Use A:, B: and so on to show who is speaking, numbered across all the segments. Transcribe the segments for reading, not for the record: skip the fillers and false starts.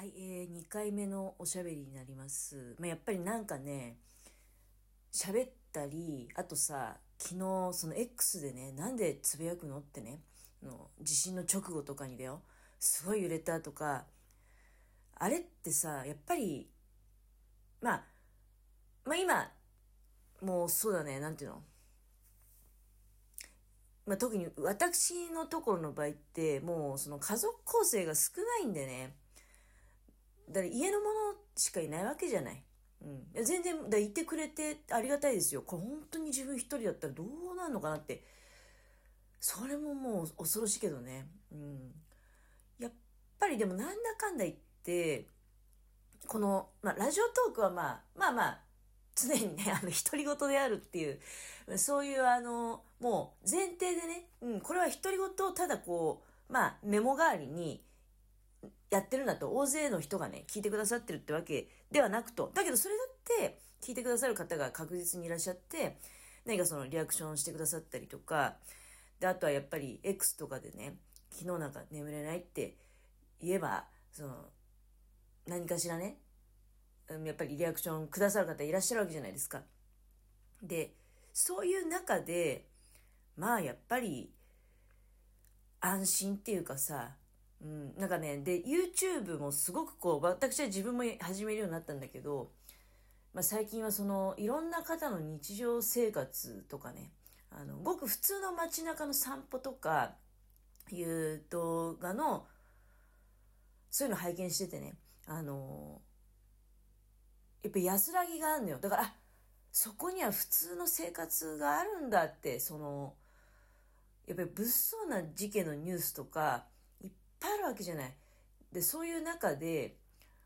A: はい、2回目のおしゃべりになります。やっぱりなんかね、喋ったり、あとさ、昨日その X でね、なんでつぶやくのってね、地震の直後とかにだよ、すごい揺れたとか、あれってさ、やっぱり、まあ、今、もうそうだね、なんていうの、特に私のところの場合って、もうその家族構成が少ないんでね、だから家のものしかいないわけじゃない。うん、いや全然いてくれてありがたいですよ。これ本当に自分一人だったらどうなるのかなって、それももう恐ろしいけどね。うん、やっぱりでもなんだかんだ言ってこの、ラジオトークは常にね独り言であるっていう、そういうもう前提でね、これは独り言をただこうメモ代わりにやってるんだと、大勢の人がね聞いてくださってるってわけではなくと、だけどそれだって聞いてくださる方が確実にいらっしゃって、何かそのリアクションしてくださったりとかで、あとはやっぱり X とかでね、昨日なんか眠れないって言えば、その何かしらね、やっぱりリアクションくださる方いらっしゃるわけじゃないですか。で、そういう中でやっぱり安心っていうかさ、なんかね、で YouTube もすごくこう、私は自分も始めるようになったんだけど、最近はそのいろんな方の日常生活とかね、ごく普通の街中の散歩とかいう動画の、そういうの拝見しててね、やっぱり安らぎがあるのよ。だからそこには普通の生活があるんだって、そのやっぱり物騒な事件のニュースとかいっぱいあるわけじゃない。でそういう中で、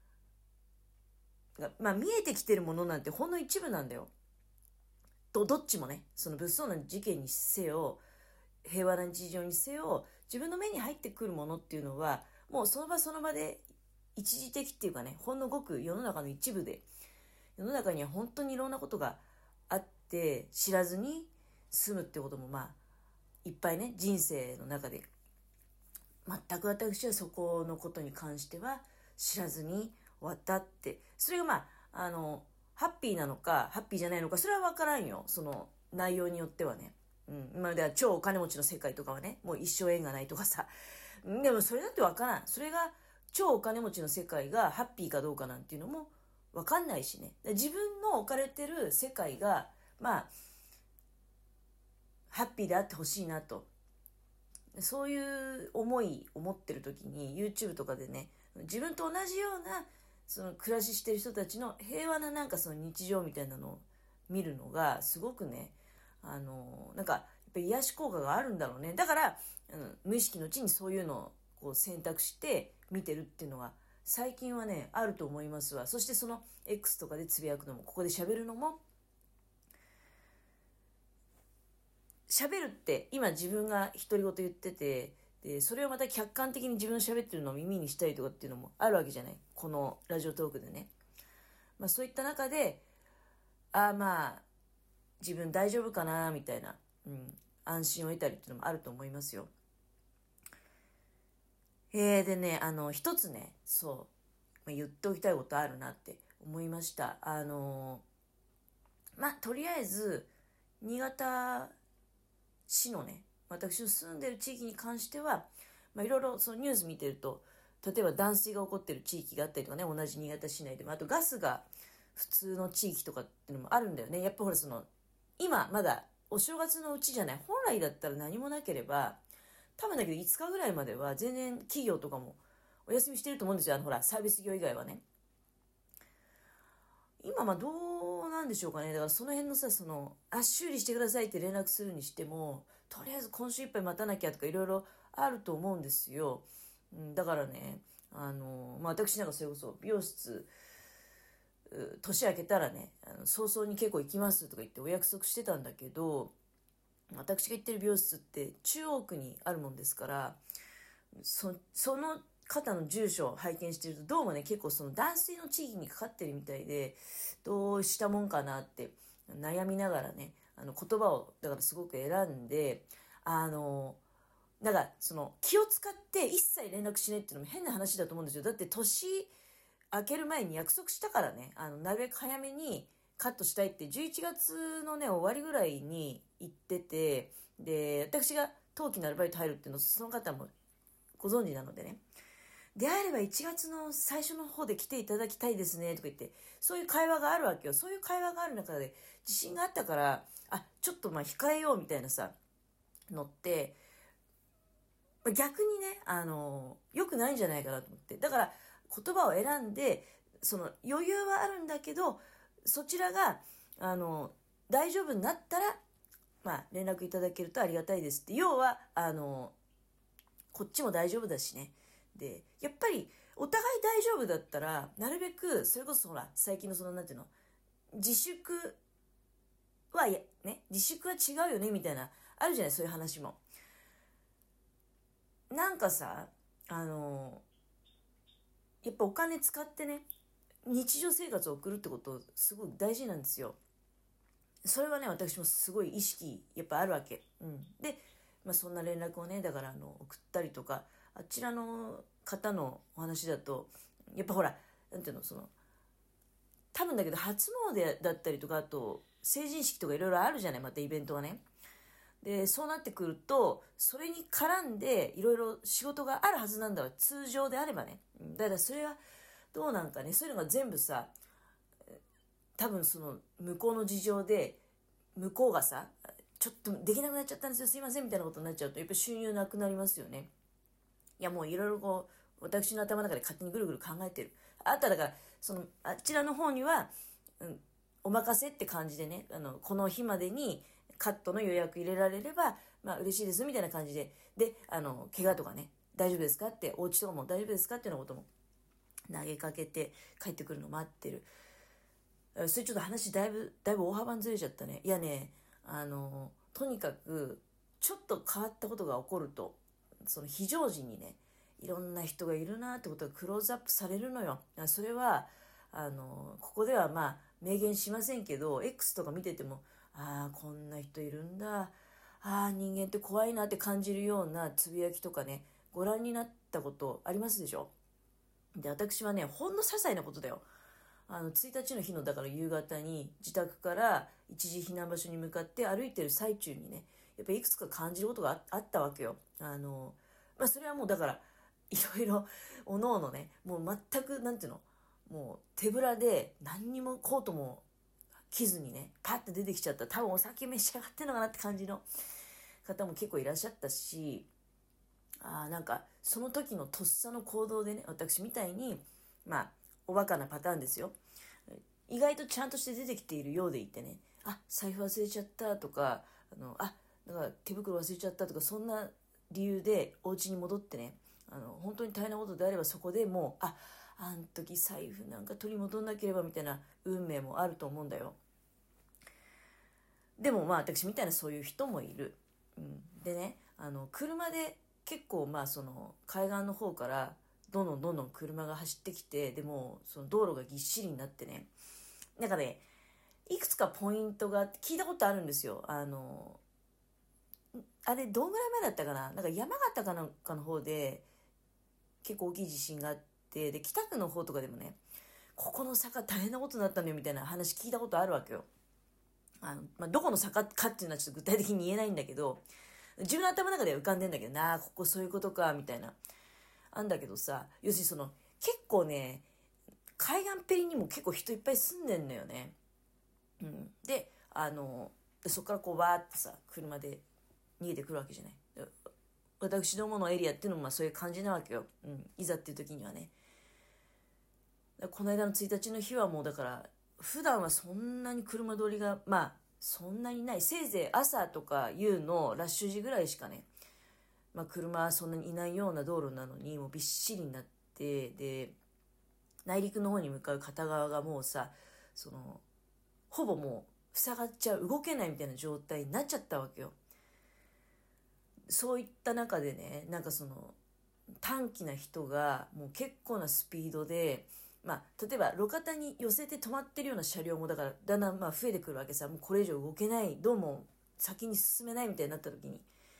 A: 見えてきてるものなんてほんの一部なんだよ。どっちもね、その物騒な事件にせよ、平和な日常にせよ、自分の目に入ってくるものっていうのはもうその場その場で一時的っていうかね、ほんのごく世の中の一部で、世の中には本当にいろんなことがあって、知らずに済むってこともいっぱいね、人生の中で。全く私はそこのことに関しては知らずに終わったって、それがハッピーなのかハッピーじゃないのか、それは分からんよ、その内容によってはね。では超お金持ちの世界とかはね、もう一生縁がないとかさ、でもそれだって分からん。それが超お金持ちの世界がハッピーかどうかなんていうのも分かんないしね。自分の置かれてる世界がハッピーであってほしいなと、そういう思いを持ってる時に YouTube とかでね、自分と同じようなその暮らししてる人たちの平和ななんかその日常みたいなのを見るのがすごくね、なんかやっぱり癒し効果があるんだろうね。だから、無意識のうちにそういうのをこう選択して見てるっていうのが最近はねあると思いますわ。そしてその X とかでつぶやくのも、ここで喋るのも、喋るって今自分が独り言言ってて、でそれをまた客観的に自分の喋ってるのを耳にしたりとかっていうのもあるわけじゃない、このラジオトークでね。そういった中で、自分大丈夫かなみたいな、安心を得たりっていうのもあると思いますよ。でね、一つね、そう、言っておきたいことあるなって思いました。とりあえず新潟市のね、私の住んでる地域に関しては、いろいろそのニュース見てると、例えば断水が起こってる地域があったりとかね、同じ新潟市内でも、あとガスが普通の地域とかっていうのもあるんだよね。やっぱほら、その今まだお正月のうちじゃない、本来だったら何もなければ、多分だけど5日ぐらいまでは全然企業とかもお休みしてると思うんですよ。ほらサービス業以外はね。今どうなんでしょうかね。だからその辺のさ、その修理してくださいって連絡するにしても、とりあえず今週いっぱい待たなきゃとかいろいろあると思うんですよ。だからね、私なんかそれこそ美容室年明けたらね、早々に結構行きますとか言ってお約束してたんだけど、私が行ってる美容室って中央区にあるもんですから、その方の住所を拝見してると、どうもね結構その断水の地域にかかってるみたいで、どうしたもんかなって悩みながらね、言葉をだからすごく選んで、なんかその気を使って一切連絡しないっていうのも変な話だと思うんですよ。だって年明ける前に約束したからね、なるべく早めにカットしたいって11月のね、終わりぐらいに言ってて、で、私が冬季のアルバイト入るっていうのをその方もご存知なのでね。であれば1月の最初の方で来ていただきたいですねとか言って、そういう会話があるわけよ。そういう会話がある中で自信があったから、ちょっとまあ控えようみたいなさ、のって、逆にね、良くないんじゃないかなと思って。だから言葉を選んで、その余裕はあるんだけど、そちらが、大丈夫になったら、まあ連絡いただけるとありがたいですって。要は、こっちも大丈夫だしね。で、やっぱり、お互い大丈夫だったら、なるべく、それこそほら、最近のその、なんていうの、自粛は、自粛は違うよね、みたいな、あるじゃない、そういう話も。なんかさ、やっぱお金使ってね、日常生活を送るってことすごい大事なんですよ。それはね、私もすごい意識やっぱあるわけ。うん。で、まあそんな連絡をね、だから送ったりとか、あちらの方のお話だと、やっぱほら、なんていうの、多分だけど初詣だったりとか、あと成人式とかいろいろあるじゃない、またイベントがね。で、そうなってくると、それに絡んでいろいろ仕事があるはずなんだわ、通常であればね。だからそれはどうなんかね、そういうのが全部さ、多分その向こうの事情で、向こうがさ、ちょっとできなくなっちゃったんですよ、すいませんみたいなことになっちゃうと、やっぱ収入なくなりますよね。いやもういろいろこう、私の頭の中で勝手にぐるぐる考えてる。あとはだから、あちらの方には、お任せって感じでね、この日までにカットの予約入れられれば、まあ嬉しいですみたいな感じで、で、怪我とかね、大丈夫ですかって、お家とかも大丈夫ですかっていうようなことも投げかけて帰ってくるの待ってる。それちょっと話だいぶ大幅にずれちゃったね。いやね、とにかく、ちょっと変わったことが起こると、その非常時にね、いろんな人がいるなってことがクローズアップされるのよ。それは、ここではまあ、明言しませんけど、X とか見てても、こんな人いるんだ。人間って怖いなって感じるようなつぶやきとかね、ご覧になったことありますでしょ？で、私はね、ほんの些細なことだよ。1日の日のだから夕方に自宅から一時避難場所に向かって歩いてる最中にね、やっぱいくつか感じることがあったわけよ。まあそれはもうだからいろいろおのおのね、もう全くなんていうの、もう手ぶらで何にもコートも着ずにね、パッて出てきちゃった。多分お酒召し上がってんのかなって感じの方も結構いらっしゃったし、なんかその時のとっさの行動でね、私みたいにまあおバカなパターンですよ。意外とちゃんとして出てきているようでいてね、財布忘れちゃったとか、なんか手袋忘れちゃったとか、そんな理由でお家に戻ってね、本当に大変なことであればそこでもう、あん時財布なんか取り戻んなければみたいな運命もあると思うんだよ。でもまあ私みたいなそういう人もいる。でね、車で結構まあその海岸の方からどんどん車が走ってきて、でもその道路がぎっしりになってね、なんかね、いくつかポイントがあって聞いたことあるんですよ。あれどんぐらい前だったかな、なんか山形かなんかの方で結構大きい地震があって、で北区の方とかでもね、ここの坂大変なことになったのよみたいな話聞いたことあるわけよ。どこの坂かっていうのはちょっと具体的に言えないんだけど、自分の頭の中では浮かんでんだけどな、ここそういうことかみたいな、あんだけどさ、要するに結構ね、海岸ペリにも結構人いっぱい住んでんのよね。で、そこからこうわーってさ、車で逃げてくるわけじゃない。私どものエリアっていうのもまあそういう感じなわけよ。いざっていう時にはね。この間の1日の日はもうだから、普段はそんなに車通りが、まあ、そんなにない。せいぜい朝とか夕のラッシュ時ぐらいしかね、まあ車はそんなにいないような道路なのに、もうびっしりになって、で、内陸の方に向かう片側がもうさ、ほぼもう塞がっちゃう、動けないみたいな状態になっちゃったわけよ。そういった中でね、なんか短気な人がもう結構なスピードで、まあ、例えば路肩に寄せて止まってるような車両もだからだんだんまあ増えてくるわけさ。もうこれ以上動けない、どうも先に進めないみたいになった時に、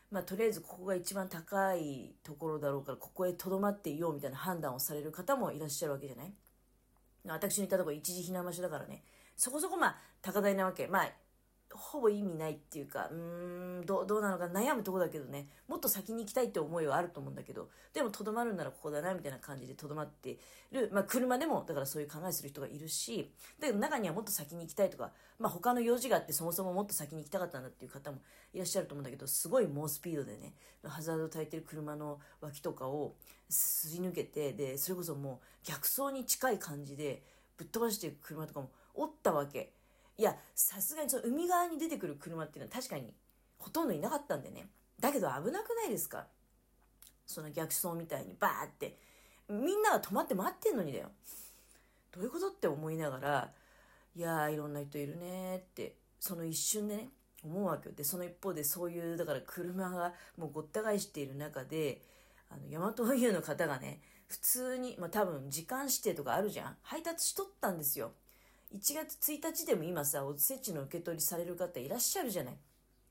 A: まあ、とりあえずここが一番高いところだろうから、ここへ留まっていようみたいな判断をされる方もいらっしゃるわけじゃない。私のいたところ一時避難場所だからね、そこそこまあ高台なわけ。まあほぼ意味ないっていうか、どうなのか悩むとこだけどね、もっと先に行きたいって思いはあると思うんだけど、でもとどまるんならここだなみたいな感じでとどまってる、まあ車でもだからそういう考えする人がいるし、だけど中にはもっと先に行きたいとか、まあ他の用事があってそもそももっと先に行きたかったんだっていう方もいらっしゃると思うんだけど、すごい猛スピードでね、ハザード焚いてる車の脇とかをすり抜けて、でそれこそもう逆走に近い感じでぶっ飛ばしていく車とかもおったわけ。いや、さすがにその海側に出てくる車っていうのは確かにほとんどいなかったんでね。だけど危なくないですか？その逆走みたいにバーって。みんなが止まって待ってんのにだよ。どういうことって思いながら、いやーいろんな人いるねって、その一瞬でね、思うわけよ。で、その一方でそういう、だから車がもうごった返している中で、大和運輸の方がね、普通に、まあ多分時間指定とかあるじゃん。配達しとったんですよ。1月1日でも今さ、おせちの受け取りされる方いらっしゃるじゃない。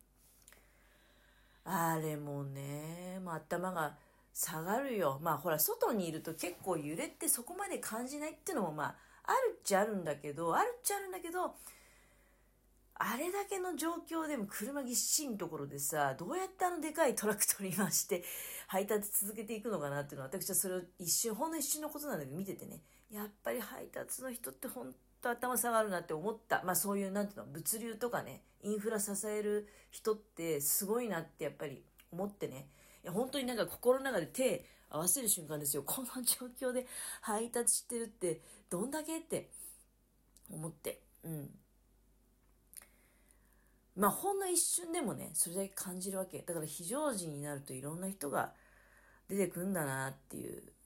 A: あれもね、もう頭が下がるよ。まあほら、外にいると結構揺れってそこまで感じないっていうのもまあ、あるっちゃあるんだけど、あれだけの状況でも車ぎっしりのところでさ、どうやってでかいトラック取り回して配達続けていくのかなっていうのは、私はそれをほんの一瞬のことなんだけど見ててね、やっぱり配達の人って本当頭下がるなって思った。まあそういうなんていうの、物流とかね、インフラ支える人ってすごいなってやっぱり思ってね、いや本当になんか心の中で手合わせる瞬間ですよ。この状況で配達してるってどんだけって思って。うん。まあほんの一瞬でもね、それだけ感じるわけ。だから非常時になるといろんな人が出てくんだなっていう